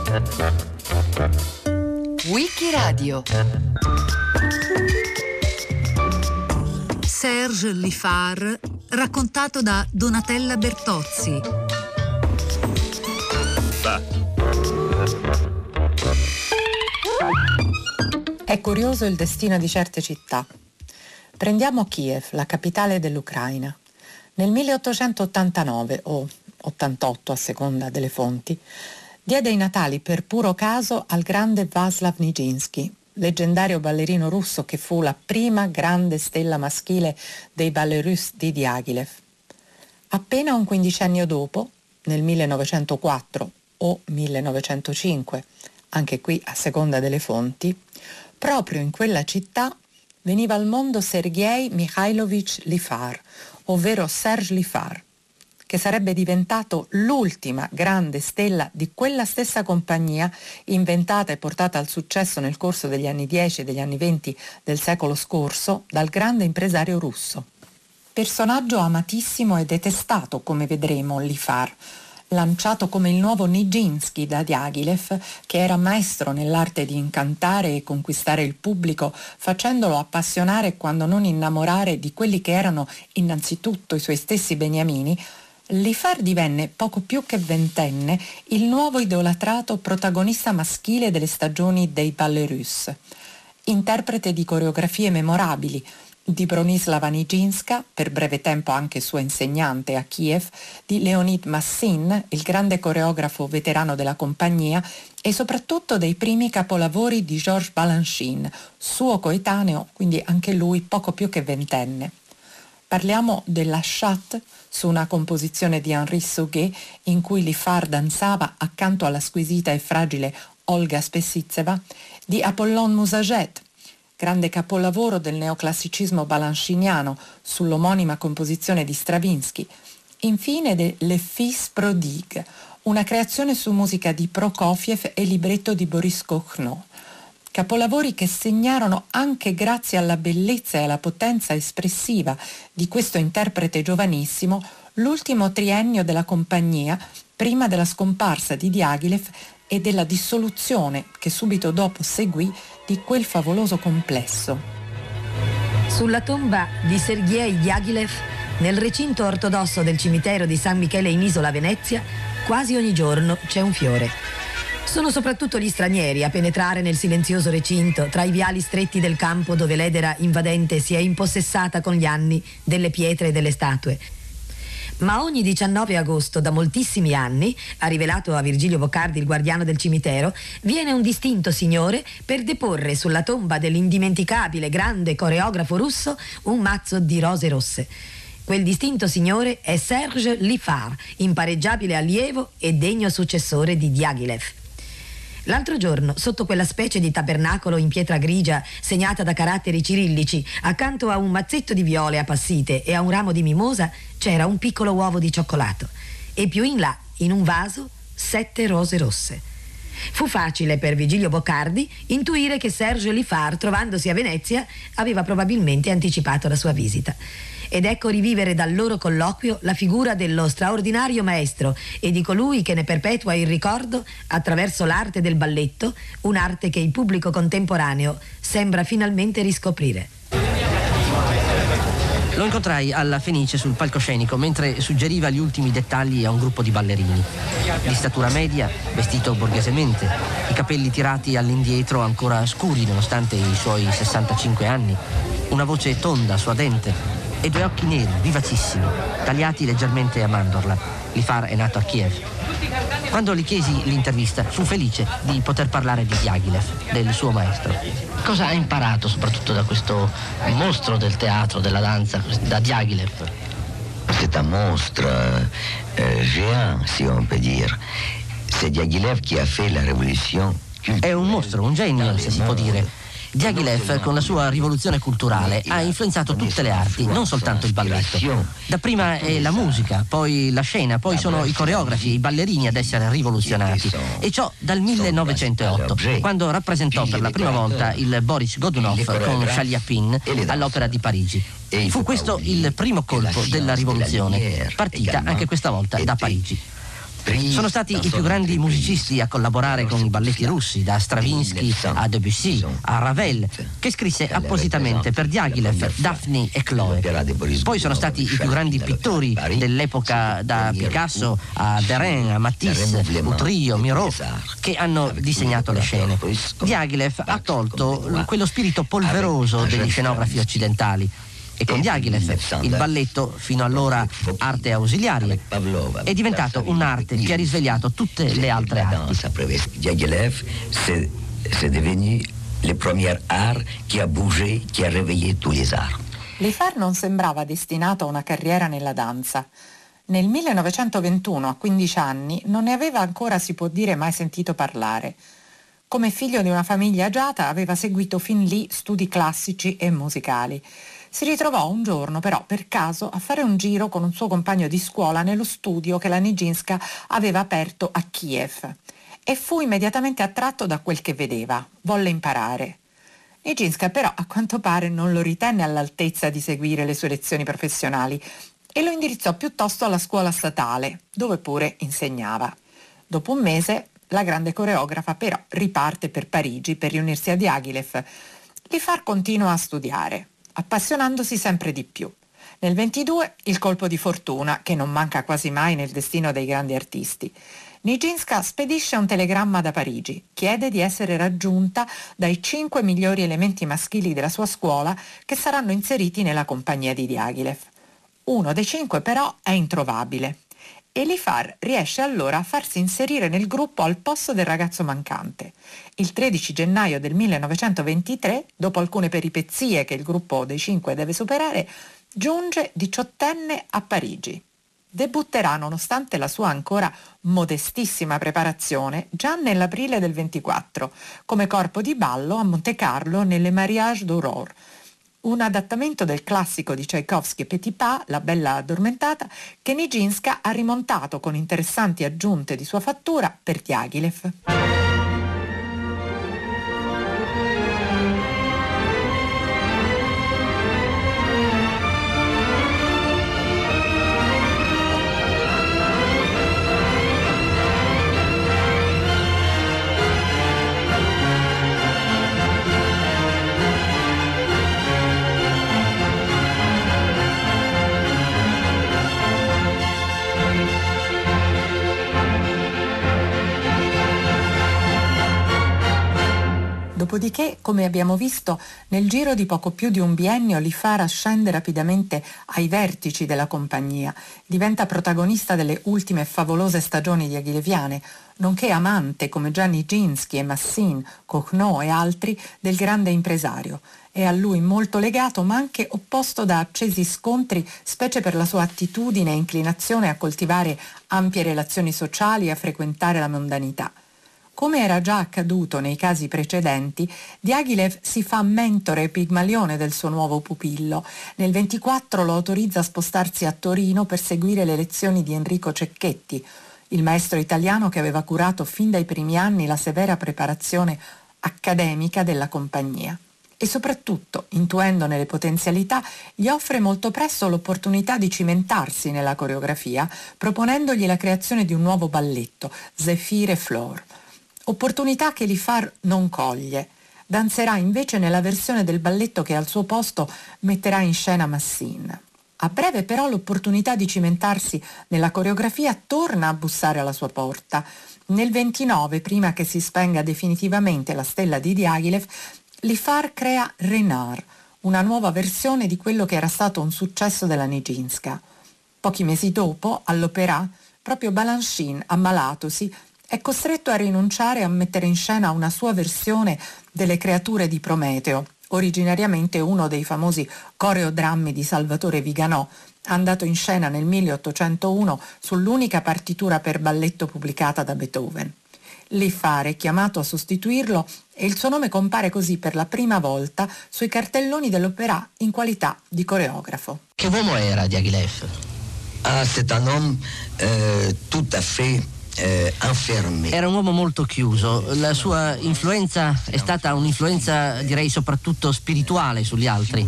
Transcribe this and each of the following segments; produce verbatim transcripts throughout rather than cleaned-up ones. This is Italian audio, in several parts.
Wikiradio. Serge Liffard, raccontato da Donatella Bertozzi. È curioso il destino di certe città. Prendiamo Kiev, la capitale dell'Ucraina. Nel milleottocentottantanove, o ottantotto a seconda delle fonti, diede i natali per puro caso al grande Vaslav Nijinsky, leggendario ballerino russo che fu la prima grande stella maschile dei ballet russes di Diaghilev. Appena un quindicennio dopo, nel millenovecentoquattro o millenovecentocinque, anche qui a seconda delle fonti, proprio in quella città veniva al mondo Sergei Mikhailovich Liffard, ovvero Serge Liffard, che sarebbe diventato l'ultima grande stella di quella stessa compagnia inventata e portata al successo nel corso degli anni dieci e degli anni venti del secolo scorso dal grande impresario russo. Personaggio amatissimo e detestato, come vedremo, Liffard, lanciato come il nuovo Nijinsky da Diaghilev, che era maestro nell'arte di incantare e conquistare il pubblico, facendolo appassionare quando non innamorare di quelli che erano innanzitutto i suoi stessi beniamini. Liffard divenne, poco più che ventenne, il nuovo idolatrato protagonista maschile delle stagioni dei ballet russes. Interprete di coreografie memorabili, di Bronislava Nijinska, per breve tempo anche sua insegnante a Kiev, di Leonid Massin, il grande coreografo veterano della compagnia, e soprattutto dei primi capolavori di Georges Balanchine, suo coetaneo, quindi anche lui poco più che ventenne. Parliamo della Chatte, su una composizione di Henri Sauguet in cui Liffard danzava accanto alla squisita e fragile Olga Spessitseva, di Apollon Musaget, grande capolavoro del neoclassicismo balanchiniano sull'omonima composizione di Stravinsky, infine de Le Fils Prodigue, una creazione su musica di Prokofiev e libretto di Boris Gokhno. Capolavori che segnarono, anche grazie alla bellezza e alla potenza espressiva di questo interprete giovanissimo, l'ultimo triennio della compagnia, prima della scomparsa di Diaghilev e della dissoluzione che subito dopo seguì di quel favoloso complesso. Sulla tomba di Sergei Diaghilev, nel recinto ortodosso del cimitero di San Michele in Isola Venezia, quasi ogni giorno c'è un fiore. Sono soprattutto gli stranieri a penetrare nel silenzioso recinto, tra i viali stretti del campo dove l'edera invadente si è impossessata con gli anni delle pietre e delle statue. Ma ogni diciannove agosto, da moltissimi anni, ha rivelato a Virgilio Boccardi, il guardiano del cimitero, viene un distinto signore per deporre sulla tomba dell'indimenticabile grande coreografo russo un mazzo di rose rosse. Quel distinto signore è Serge Liffard, impareggiabile allievo e degno successore di Diaghilev. L'altro giorno, sotto quella specie di tabernacolo in pietra grigia segnata da caratteri cirillici, accanto a un mazzetto di viole appassite e a un ramo di mimosa, c'era un piccolo uovo di cioccolato e più in là, in un vaso, sette rose rosse. Fu facile per Virgilio Boccardi intuire che Serge Liffard, trovandosi a Venezia, aveva probabilmente anticipato la sua visita. Ed ecco rivivere dal loro colloquio la figura dello straordinario maestro e di colui che ne perpetua il ricordo attraverso l'arte del balletto, un'arte che il pubblico contemporaneo sembra finalmente riscoprire. Lo incontrai alla Fenice sul palcoscenico mentre suggeriva gli ultimi dettagli a un gruppo di ballerini. Di statura media, vestito borghesemente, i capelli tirati all'indietro ancora scuri nonostante i suoi sessantacinque anni, una voce tonda, suadente e due occhi neri, vivacissimi, tagliati leggermente a mandorla. Liffard è nato a Kiev. Quando gli chiesi l'intervista, fu felice di poter parlare di Diaghilev, del suo maestro. Cosa ha imparato soprattutto da questo mostro del teatro, della danza, da Diaghilev? C'est un monstre euh, géant, si on peut dire. C'est Diaghilev qui a fait la révolution culturelle. È un mostro, un genio, se si può dire. Diaghilev, con la sua rivoluzione culturale, ha influenzato tutte le arti, non soltanto il balletto. Dapprima è la musica, poi la scena, poi sono i coreografi, i ballerini ad essere rivoluzionati. E ciò dal millenovecentootto, quando rappresentò per la prima volta il Boris Godunov con Chaliapin all'Opera di Parigi. Fu questo il primo colpo della rivoluzione, partita anche questa volta da Parigi. Sono stati i più grandi musicisti a collaborare con i balletti russi, da Stravinsky a Debussy a Ravel, che scrisse appositamente per Diaghilev, Daphne e Chloé. Poi sono stati i più grandi pittori dell'epoca, da Picasso a Derain, a Matisse, Utrillo, Miro, che hanno disegnato le scene. Diaghilev ha tolto quello spirito polveroso degli scenografi occidentali. E con Diaghilev il balletto, fino allora arte ausiliaria, è diventato un'arte che ha risvegliato tutte le altre arti. Diaghilev c'est devenu le premier art qui a bougé, qui a réveillé tous les arts. Lifar non sembrava destinato a una carriera nella danza. Nel millenovecentoventuno, a quindici anni, non ne aveva ancora, si può dire, mai sentito parlare. Come figlio di una famiglia agiata aveva seguito fin lì studi classici e musicali. Si ritrovò un giorno però per caso a fare un giro con un suo compagno di scuola nello studio che la Nijinská aveva aperto a Kiev e fu immediatamente attratto da quel che vedeva, volle imparare. Nijinská però a quanto pare non lo ritenne all'altezza di seguire le sue lezioni professionali e lo indirizzò piuttosto alla scuola statale, dove pure insegnava. Dopo un mese la grande coreografa però riparte per Parigi per riunirsi a Diaghilev. Lifar continua a studiare, appassionandosi sempre di più. Nel ventidue il colpo di fortuna, che non manca quasi mai nel destino dei grandi artisti. Nijinská spedisce un telegramma da Parigi, chiede di essere raggiunta dai cinque migliori elementi maschili della sua scuola che saranno inseriti nella compagnia di Diaghilev. Uno dei cinque però è introvabile e Lifar riesce allora a farsi inserire nel gruppo al posto del ragazzo mancante. Il tredici gennaio del millenovecentoventitré, dopo alcune peripezie che il gruppo dei cinque deve superare, giunge diciottenne a Parigi. Debutterà, nonostante la sua ancora modestissima preparazione, già nell'aprile del ventiquattro, come corpo di ballo a Monte Carlo nelle Mariage d'Aurore, un adattamento del classico di Tchaikovsky e Petipa, La bella addormentata, che Nijinská ha rimontato con interessanti aggiunte di sua fattura per Diaghilev. Dopodiché, come abbiamo visto, nel giro di poco più di un biennio Lifar ascende rapidamente ai vertici della compagnia, diventa protagonista delle ultime favolose stagioni diaghileviane, nonché amante, come già Nijinsky e Massin, Cocteau e altri, del grande impresario. È a lui molto legato, ma anche opposto da accesi scontri, specie per la sua attitudine e inclinazione a coltivare ampie relazioni sociali e a frequentare la mondanità. Come era già accaduto nei casi precedenti, Diaghilev si fa mentore e pigmalione del suo nuovo pupillo. Nel ventiquattro lo autorizza a spostarsi a Torino per seguire le lezioni di Enrico Cecchetti, il maestro italiano che aveva curato fin dai primi anni la severa preparazione accademica della compagnia. E soprattutto, intuendone le potenzialità, gli offre molto presto l'opportunità di cimentarsi nella coreografia, proponendogli la creazione di un nuovo balletto, Zéphire et Flore. Opportunità che Lifar non coglie. Danzerà invece nella versione del balletto che al suo posto metterà in scena Massin. A breve però l'opportunità di cimentarsi nella coreografia torna a bussare alla sua porta. Nel ventinove, prima che si spenga definitivamente la stella di Diaghilev, Lifar crea Renard, una nuova versione di quello che era stato un successo della Nijinská. Pochi mesi dopo, all'Opéra, proprio Balanchine, ammalatosi, è costretto a rinunciare a mettere in scena una sua versione delle creature di Prometeo, originariamente uno dei famosi coreodrammi di Salvatore Viganò, andato in scena nel milleottocentouno sull'unica partitura per balletto pubblicata da Beethoven. Lifar è chiamato a sostituirlo e il suo nome compare così per la prima volta sui cartelloni dell'Opéra in qualità di coreografo. Che uomo era Diaghilev? Ah, c'est un homme euh, tout à fait eh, enfermé. Era un uomo molto chiuso, la sua influenza è stata un'influenza, direi, soprattutto spirituale sugli altri.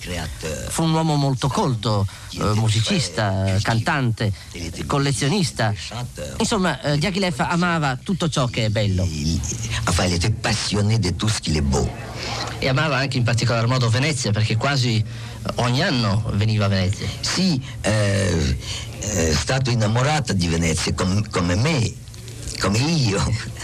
Fu un uomo molto colto, eh, musicista, cantante, collezionista. Insomma, eh, Diaghilev amava tutto ciò che è bello. Enfin, il était passionné de tout ce qui est beau. E amava anche in particolar modo Venezia, perché quasi ogni anno veniva a Venezia. Sì, eh, è stato innamorata di Venezia come, come me, come io.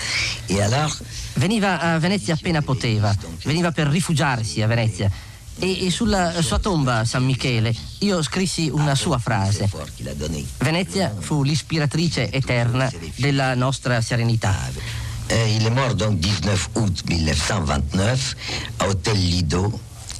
E allora? Veniva a Venezia appena poteva, veniva per rifugiarsi a Venezia. E, e sulla sua tomba a San Michele io scrissi una sua frase: Venezia fu l'ispiratrice eterna della nostra serenità. Eh, il est mort donc dix-neuf août mille neuf cent vingt-neuf a Hotel Lido.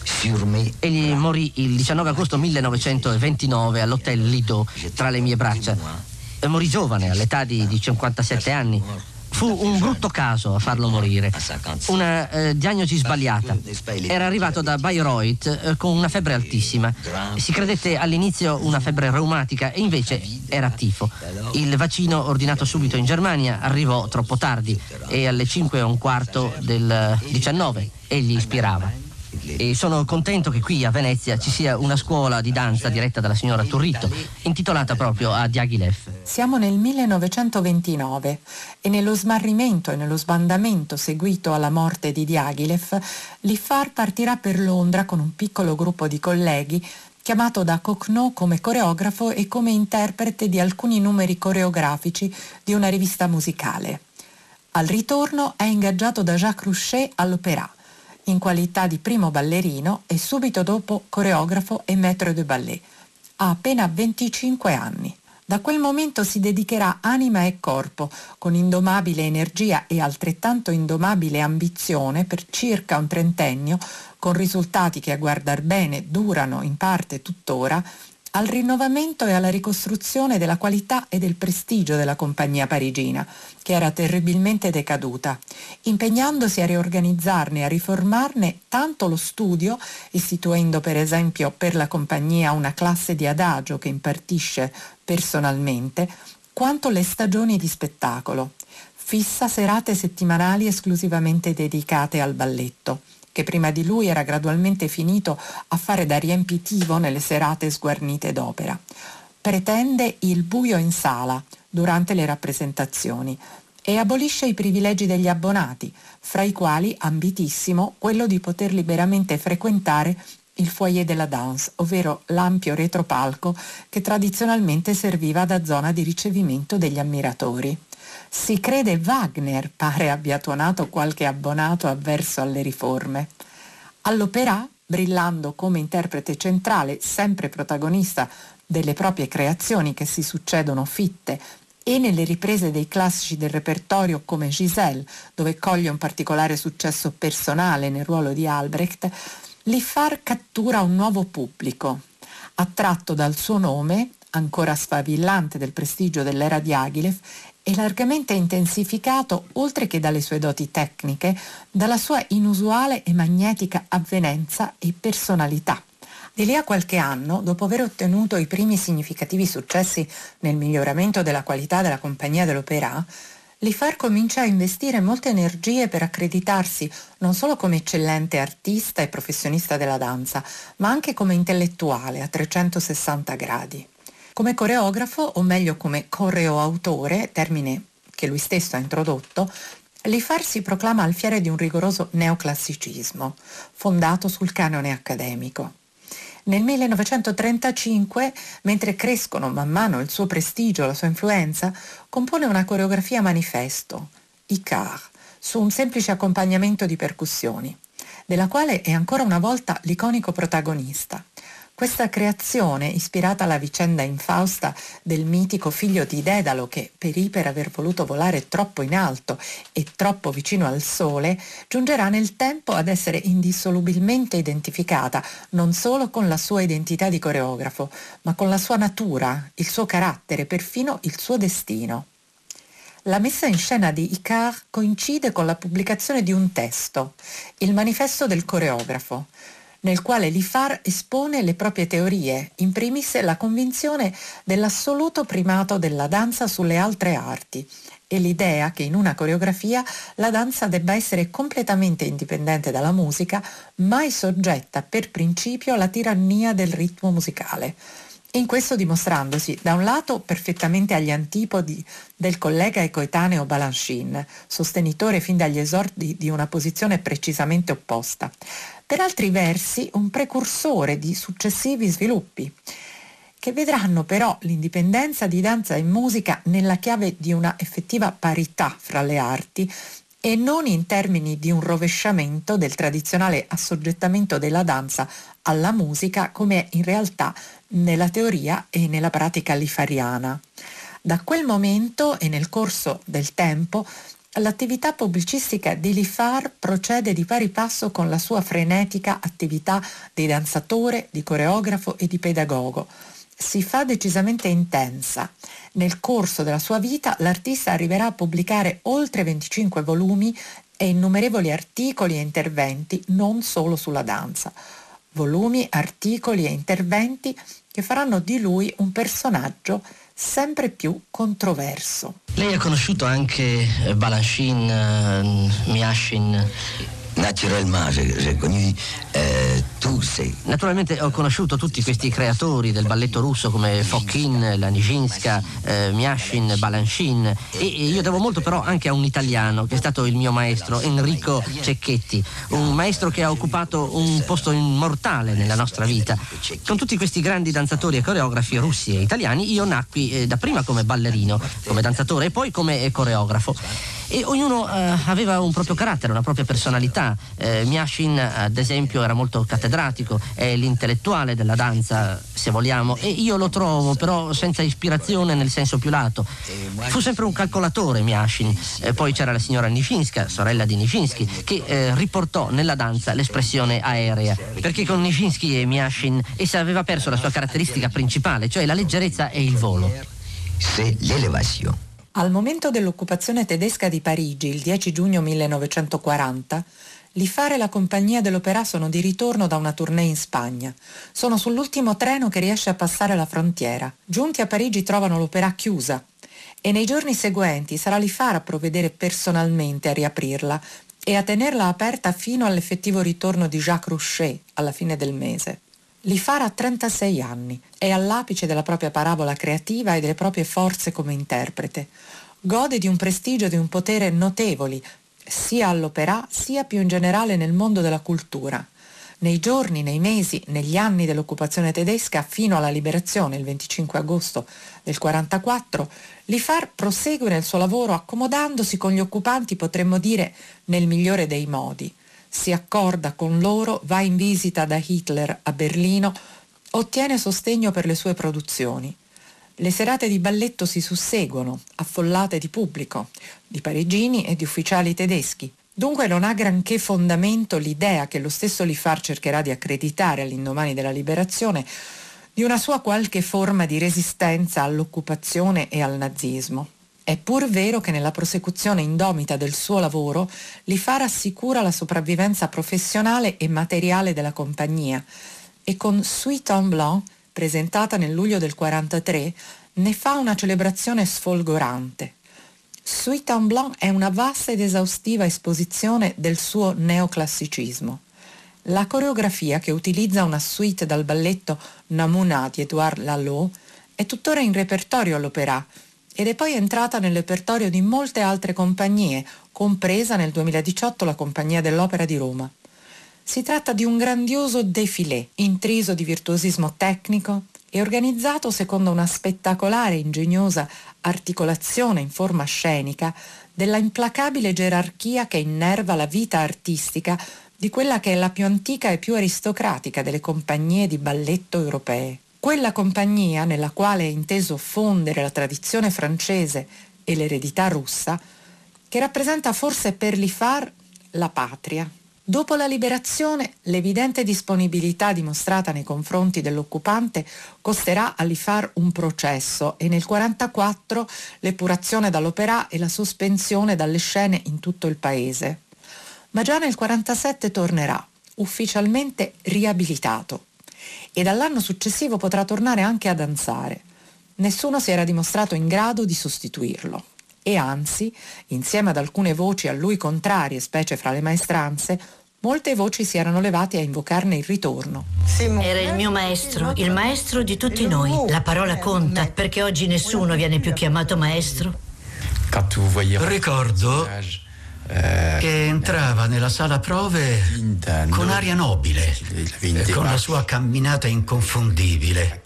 Egli morì il diciannove agosto millenovecentoventinove all'Hotel Lido, tra le mie braccia. Morì giovane, all'età di, di cinquantasette anni. Fu un brutto caso a farlo morire. Una eh, diagnosi sbagliata. Era arrivato da Bayreuth eh, con una febbre altissima. Si credette all'inizio una febbre reumatica e invece era tifo. Il vaccino ordinato subito in Germania arrivò troppo tardi e alle cinque e un quarto del diciannove egli ispirava. E sono contento che qui a Venezia ci sia una scuola di danza diretta dalla signora Turritto, intitolata proprio a Diaghilev. Siamo nel millenovecentoventinove e nello smarrimento e nello sbandamento seguito alla morte di Diaghilev, Liffard partirà per Londra con un piccolo gruppo di colleghi chiamato da Cocteau come coreografo e come interprete di alcuni numeri coreografici di una rivista musicale. Al ritorno è ingaggiato da Jacques Rouchet all'Opéra, in qualità di primo ballerino e subito dopo coreografo e maître de ballet. Ha appena venticinque anni. Da quel momento si dedicherà anima e corpo, con indomabile energia e altrettanto indomabile ambizione per circa un trentennio, con risultati che a guardar bene durano in parte tuttora, al rinnovamento e alla ricostruzione della qualità e del prestigio della compagnia parigina, che era terribilmente decaduta, impegnandosi a riorganizzarne e a riformarne tanto lo studio, istituendo per esempio per la compagnia una classe di adagio che impartisce personalmente, quanto le stagioni di spettacolo. Fissa serate settimanali esclusivamente dedicate al balletto, che prima di lui era gradualmente finito a fare da riempitivo nelle serate sguarnite d'opera. Pretende il buio in sala durante le rappresentazioni e abolisce i privilegi degli abbonati, fra i quali ambitissimo quello di poter liberamente frequentare il foyer de la danse, ovvero l'ampio retropalco che tradizionalmente serviva da zona di ricevimento degli ammiratori. Si crede Wagner pare abbia tuonato qualche abbonato avverso alle riforme. All'Opéra, brillando come interprete centrale, sempre protagonista delle proprie creazioni che si succedono fitte, e nelle riprese dei classici del repertorio come Giselle, dove coglie un particolare successo personale nel ruolo di Albrecht, Liffard cattura un nuovo pubblico, attratto dal suo nome, ancora sfavillante del prestigio dell'era Diaghilev, e largamente intensificato, oltre che dalle sue doti tecniche, dalla sua inusuale e magnetica avvenenza e personalità. Di lì a qualche anno, dopo aver ottenuto i primi significativi successi nel miglioramento della qualità della compagnia dell'Opéra, Liffard comincia a investire molte energie per accreditarsi non solo come eccellente artista e professionista della danza, ma anche come intellettuale a trecentosessanta gradi. Come coreografo, o meglio come coreoautore, termine che lui stesso ha introdotto, Liffard si proclama alfiere di un rigoroso neoclassicismo, fondato sul canone accademico. Nel millenovecentotrentacinque, mentre crescono man mano il suo prestigio e la sua influenza, compone una coreografia manifesto, Icare, su un semplice accompagnamento di percussioni, della quale è ancora una volta l'iconico protagonista. Questa creazione, ispirata alla vicenda infausta del mitico figlio di Dedalo che perì per aver voluto volare troppo in alto e troppo vicino al sole, giungerà nel tempo ad essere indissolubilmente identificata non solo con la sua identità di coreografo, ma con la sua natura, il suo carattere, perfino il suo destino. La messa in scena di Icare coincide con la pubblicazione di un testo, il manifesto del coreografo, nel quale Liffard espone le proprie teorie, in primis la convinzione dell'assoluto primato della danza sulle altre arti e l'idea che in una coreografia la danza debba essere completamente indipendente dalla musica, mai soggetta per principio alla tirannia del ritmo musicale. In questo dimostrandosi, da un lato, perfettamente agli antipodi del collega e coetaneo Balanchine, sostenitore fin dagli esordi di una posizione precisamente opposta, per altri versi un precursore di successivi sviluppi, che vedranno però l'indipendenza di danza e musica nella chiave di una effettiva parità fra le arti e non in termini di un rovesciamento del tradizionale assoggettamento della danza alla musica, come è in realtà nella teoria e nella pratica lifariana. Da quel momento e nel corso del tempo l'attività pubblicistica di Lifar procede di pari passo con la sua frenetica attività di danzatore, di coreografo e di pedagogo. Si fa decisamente intensa. Nel corso della sua vita l'artista arriverà a pubblicare oltre venticinque volumi e innumerevoli articoli e interventi non solo sulla danza. Volumi, articoli e interventi che faranno di lui un personaggio sempre più controverso. Lei ha conosciuto anche Balanchine, Miashin? Naturellement, j'ai connu euh, tous ces... Naturalmente ho conosciuto tutti questi creatori del balletto russo come Fokhin, la Nijinská, eh, Miashin, Balanchine, e, e io devo molto però anche a un italiano che è stato il mio maestro, Enrico Cecchetti, un maestro che ha occupato un posto immortale nella nostra vita. Con tutti questi grandi danzatori e coreografi russi e italiani io nacqui eh, dapprima come ballerino, come danzatore e poi come coreografo. E ognuno eh, aveva un proprio carattere, una propria personalità. Eh, Miashin, ad esempio, era molto cattedratico, è l'intellettuale della danza, se vogliamo, e io lo trovo però senza ispirazione nel senso più lato. Fu sempre un calcolatore Miashin. Eh, poi c'era la signora Nijinská, sorella di Nijinsky, che eh, riportò nella danza l'espressione aerea, perché con Nijinsky e Miashin essa aveva perso la sua caratteristica principale, cioè la leggerezza e il volo. C'est l'élévation. Al momento dell'occupazione tedesca di Parigi, il dieci giugno millenovecentoquaranta, Lifar e la compagnia dell'Opéra sono di ritorno da una tournée in Spagna. Sono sull'ultimo treno che riesce a passare la frontiera. Giunti a Parigi trovano l'Opéra chiusa e nei giorni seguenti sarà Lifar a provvedere personalmente a riaprirla e a tenerla aperta fino all'effettivo ritorno di Jacques Rouchet alla fine del mese. Lifar ha trentasei anni, è all'apice della propria parabola creativa e delle proprie forze come interprete. Gode di un prestigio e di un potere notevoli, sia all'Opéra sia più in generale nel mondo della cultura. Nei giorni, nei mesi, negli anni dell'occupazione tedesca fino alla liberazione il venticinque agosto del quarantaquattro, Lifar prosegue nel suo lavoro accomodandosi con gli occupanti, potremmo dire, nel migliore dei modi. Si accorda con loro, va in visita da Hitler a Berlino, ottiene sostegno per le sue produzioni. Le serate di balletto si susseguono, affollate di pubblico, di parigini e di ufficiali tedeschi. Dunque non ha granché fondamento l'idea che lo stesso Lifar cercherà di accreditare all'indomani della liberazione di una sua qualche forma di resistenza all'occupazione e al nazismo. È pur vero che nella prosecuzione indomita del suo lavoro Lifar assicura la sopravvivenza professionale e materiale della compagnia e con Suite en Blanc, presentata nel luglio del quarantatré, ne fa una celebrazione sfolgorante. Suite en Blanc è una vasta ed esaustiva esposizione del suo neoclassicismo. La coreografia, che utilizza una suite dal balletto Namuna di Édouard Lalo, è tuttora in repertorio all'Opéra ed è poi entrata nel repertorio di molte altre compagnie, compresa nel duemiladiciotto la Compagnia dell'Opera di Roma. Si tratta di un grandioso défilé, intriso di virtuosismo tecnico e organizzato secondo una spettacolare e ingegnosa articolazione in forma scenica della implacabile gerarchia che innerva la vita artistica di quella che è la più antica e più aristocratica delle compagnie di balletto europee. Quella compagnia nella quale è inteso fondere la tradizione francese e l'eredità russa, che rappresenta forse per Lifar la patria. Dopo la liberazione, l'evidente disponibilità dimostrata nei confronti dell'occupante costerà a Lifar un processo e nel quarantaquattro l'epurazione dall'Opéra e la sospensione dalle scene in tutto il paese. Ma già nel quarantasette tornerà, ufficialmente riabilitato, e dall'anno successivo potrà tornare anche a danzare. Nessuno si era dimostrato in grado di sostituirlo. e anzi, insieme ad alcune voci a lui contrarie, specie fra le maestranze, molte voci si erano levate a invocarne il ritorno. Era il mio maestro, il maestro di tutti noi. La parola conta, perché oggi nessuno viene più chiamato maestro. Ricordo che entrava nella sala prove con aria nobile, con la sua camminata inconfondibile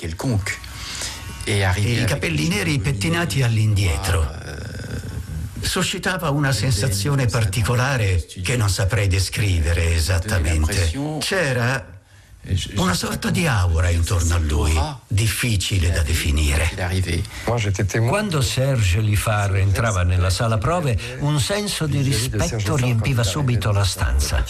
e i capelli neri pettinati all'indietro. Suscitava una sensazione particolare che non saprei descrivere esattamente. C'era una sorta di aura intorno a lui, difficile da definire. Quando Serge Liffard entrava nella sala prove, un senso di rispetto riempiva subito la stanza.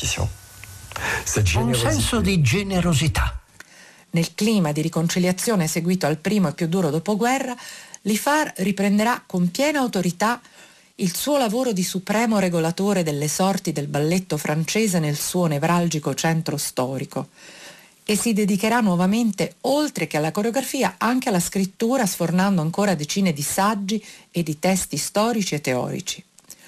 Un senso di generosità. Nel clima di riconciliazione seguito al primo e più duro dopoguerra, Liffard riprenderà con piena autorità il suo lavoro di supremo regolatore delle sorti del balletto francese nel suo nevralgico centro storico e si dedicherà nuovamente, oltre che alla coreografia, anche alla scrittura, sfornando ancora decine di saggi e di testi storici e teorici.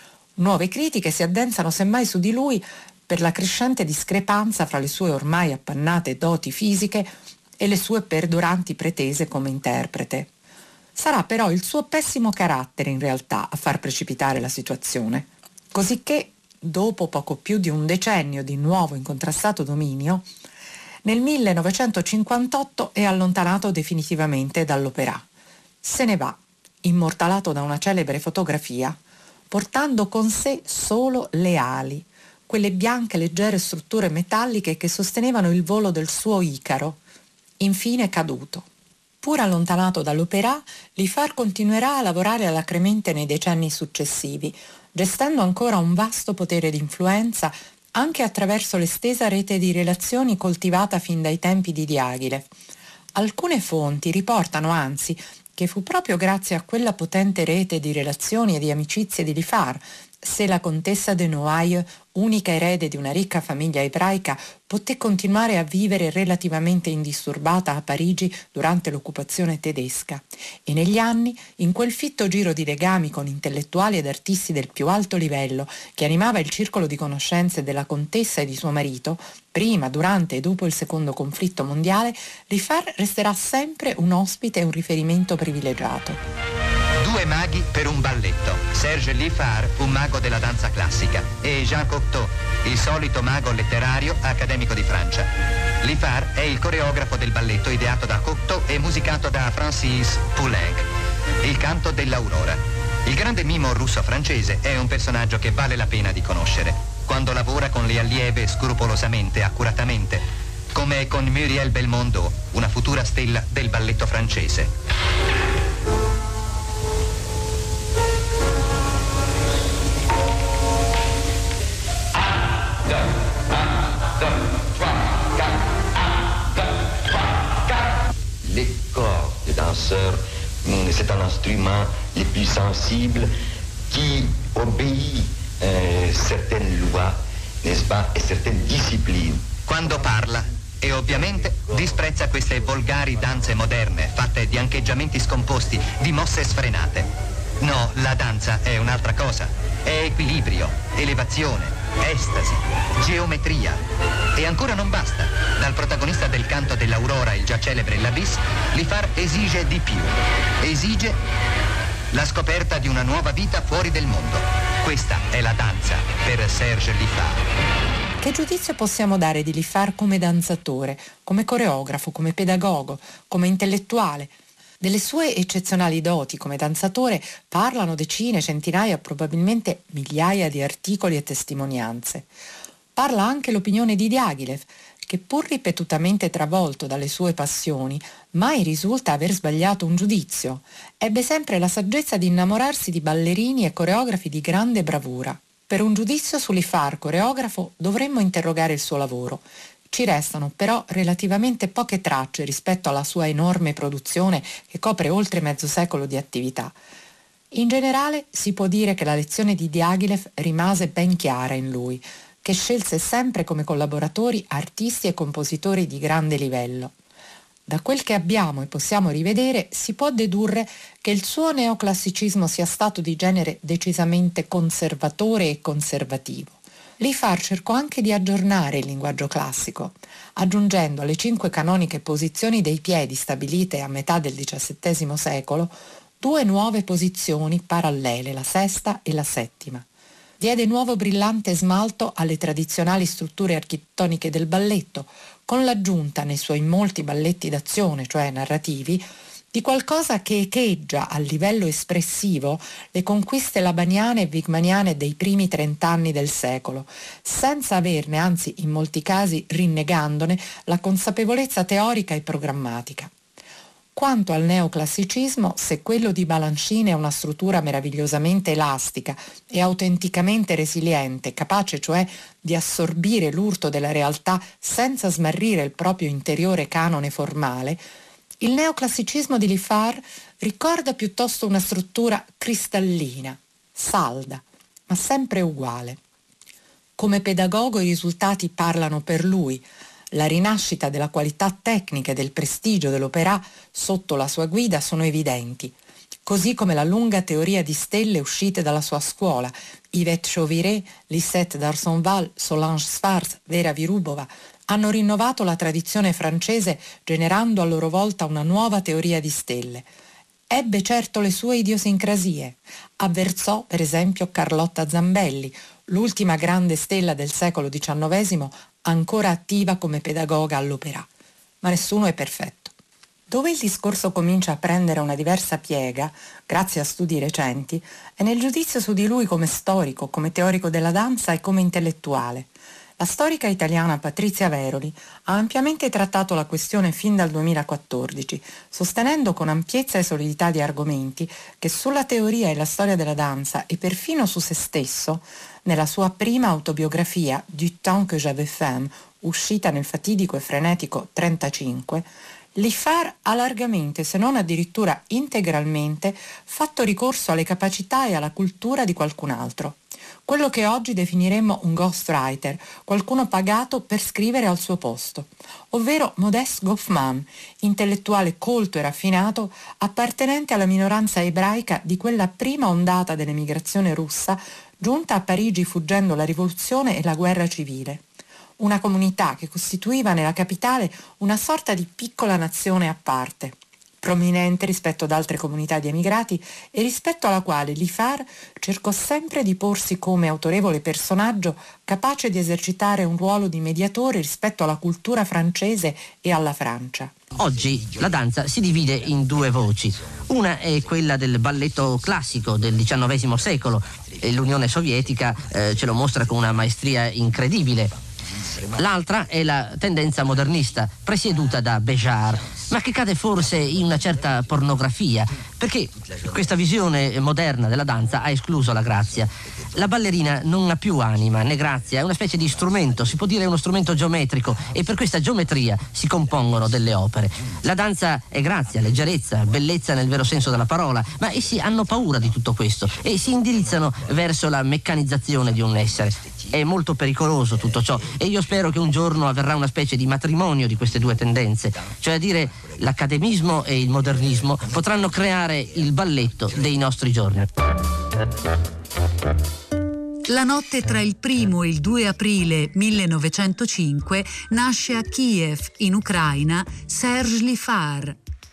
Nuove critiche si addensano semmai su di lui per la crescente discrepanza fra le sue ormai appannate doti fisiche e le sue perduranti pretese come interprete. Sarà però il suo pessimo carattere in realtà a far precipitare la situazione, cosicché, dopo poco più di un decennio di nuovo incontrastato dominio, nel millenovecentocinquantotto è allontanato definitivamente dall'opéra. Se ne va, immortalato da una celebre fotografia, portando con sé solo le ali, quelle bianche leggere strutture metalliche che sostenevano il volo del suo Icaro, infine caduto. Pur allontanato dall'opéra, Liffard continuerà a lavorare alacremente nei decenni successivi, gestendo ancora un vasto potere di influenza anche attraverso l'estesa rete di relazioni coltivata fin dai tempi di Diaghilev. Alcune fonti riportano anzi che fu proprio grazie a quella potente rete di relazioni e di amicizie di Liffard se la contessa de Noailles, unica erede di una ricca famiglia ebraica, poté continuare a vivere relativamente indisturbata a Parigi durante l'occupazione tedesca e negli anni, in quel fitto giro di legami con intellettuali ed artisti del più alto livello che animava il circolo di conoscenze della contessa e di suo marito, prima, durante e dopo il secondo conflitto mondiale, Liffard resterà sempre un ospite e un riferimento privilegiato. Due maghi per un balletto. Serge Liffard, un mago della danza classica, e Jean Cocteau, il solito mago letterario accademico di Francia. Liffard è il coreografo del balletto ideato da Cocteau e musicato da Francis Poulenc. Il canto dell'Aurora. Il grande mimo russo-francese è un personaggio che vale la pena di conoscere, quando lavora con le allieve scrupolosamente, accuratamente, come con Muriel Belmondo, una futura stella del balletto francese. Les corps des danseurs, c'est un instrument les plus sensibles qui obéit euh, certaines lois, n'est-ce pas, et certaines disciplines. Quando parla, e ovviamente disprezza queste volgari danze moderne, fatte di ancheggiamenti scomposti, di mosse sfrenate. No, la danza è un'altra cosa. È equilibrio, elevazione, estasi, geometria. E ancora non basta. Dal protagonista del canto dell'Aurora, il già celebre L'Abysse, Liffard esige di più. Esige la scoperta di una nuova vita fuori del mondo. Questa è la danza per Serge Liffard. Che giudizio possiamo dare di Liffard come danzatore, come coreografo, come pedagogo, come intellettuale? Delle sue eccezionali doti come danzatore parlano decine, centinaia, probabilmente migliaia di articoli e testimonianze. Parla anche l'opinione di Diaghilev, che pur ripetutamente travolto dalle sue passioni, mai risulta aver sbagliato un giudizio. Ebbe sempre la saggezza di innamorarsi di ballerini e coreografi di grande bravura. Per un giudizio su Liffard, coreografo, dovremmo interrogare il suo lavoro. Ci restano però relativamente poche tracce rispetto alla sua enorme produzione che copre oltre mezzo secolo di attività. In generale si può dire che la lezione di Diaghilev rimase ben chiara in lui, che scelse sempre come collaboratori artisti e compositori di grande livello. Da quel che abbiamo e possiamo rivedere si può dedurre che il suo neoclassicismo sia stato di genere decisamente conservatore e conservativo. Lifar cercò anche di aggiornare il linguaggio classico, aggiungendo alle cinque canoniche posizioni dei piedi stabilite a metà del diciassettesimo secolo due nuove posizioni parallele, la sesta e la settima. Diede nuovo brillante smalto alle tradizionali strutture architettoniche del balletto, con l'aggiunta nei suoi molti balletti d'azione, cioè narrativi, di qualcosa che echeggia a livello espressivo le conquiste labaniane e wigmaniane dei primi trent'anni del secolo, senza averne, anzi in molti casi rinnegandone, la consapevolezza teorica e programmatica. Quanto al neoclassicismo, se quello di Balanchine è una struttura meravigliosamente elastica e autenticamente resiliente, capace cioè di assorbire l'urto della realtà senza smarrire il proprio interiore canone formale, il neoclassicismo di Lifar ricorda piuttosto una struttura cristallina, salda, ma sempre uguale. Come pedagogo i risultati parlano per lui. La rinascita della qualità tecnica e del prestigio dell'opéra sotto la sua guida sono evidenti, così come la lunga teoria di stelle uscite dalla sua scuola, Yvette Chauviré, Lisette d'Arsonval, Solange Sfars, Vera Virubova, hanno rinnovato la tradizione francese generando a loro volta una nuova teoria di stelle. Ebbe certo le sue idiosincrasie. Avversò, per esempio, Carlotta Zambelli, l'ultima grande stella del secolo diciannovesimo ancora attiva come pedagoga all'opéra. Ma nessuno è perfetto. Dove il discorso comincia a prendere una diversa piega, grazie a studi recenti, è nel giudizio su di lui come storico, come teorico della danza e come intellettuale. La storica italiana Patrizia Veroli ha ampiamente trattato la questione fin dal duemilaquattordici, sostenendo con ampiezza e solidità di argomenti che sulla teoria e la storia della danza e perfino su se stesso, nella sua prima autobiografia Du temps que j'avais faim, uscita nel fatidico e frenetico trentacinque, Lifar ha largamente, se non addirittura integralmente, fatto ricorso alle capacità e alla cultura di qualcun altro. Quello che oggi definiremmo un ghostwriter, qualcuno pagato per scrivere al suo posto, ovvero Modeste Goffman, intellettuale colto e raffinato, appartenente alla minoranza ebraica di quella prima ondata dell'emigrazione russa, giunta a Parigi fuggendo la rivoluzione e la guerra civile. Una comunità che costituiva nella capitale una sorta di piccola nazione a parte, prominente rispetto ad altre comunità di emigrati e rispetto alla quale Lifar cercò sempre di porsi come autorevole personaggio capace di esercitare un ruolo di mediatore rispetto alla cultura francese e alla Francia. Oggi la danza si divide in due voci. Una è quella del balletto classico del diciannovesimo secolo e l'Unione Sovietica eh, ce lo mostra con una maestria incredibile. L'altra è la tendenza modernista, presieduta da Béjart, ma che cade forse in una certa pornografia, perché questa visione moderna della danza ha escluso la grazia. La ballerina non ha più anima né grazia, è una specie di strumento, si può dire uno strumento geometrico, e per questa geometria si compongono delle opere. La danza è grazia, leggerezza, bellezza nel vero senso della parola, ma essi hanno paura di tutto questo e si indirizzano verso la meccanizzazione di un essere. È molto pericoloso tutto ciò e io spero che un giorno avverrà una specie di matrimonio di queste due tendenze, cioè a dire l'accademismo e il modernismo potranno creare il balletto dei nostri giorni. La notte tra il primo e il due aprile millenovecentocinque nasce a Kiev, in Ucraina, Serge Lifar.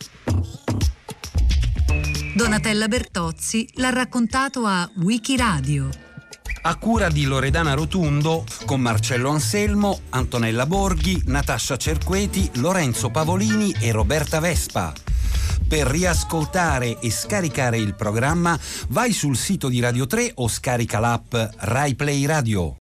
Donatella Bertozzi l'ha raccontato a Wikiradio. A cura di Loredana Rotundo, con Marcello Anselmo, Antonella Borghi, Natascia Cerqueti, Lorenzo Pavolini e Roberta Vespa. Per riascoltare e scaricare il programma vai sul sito di Radio tre o scarica l'app Rai Play Radio.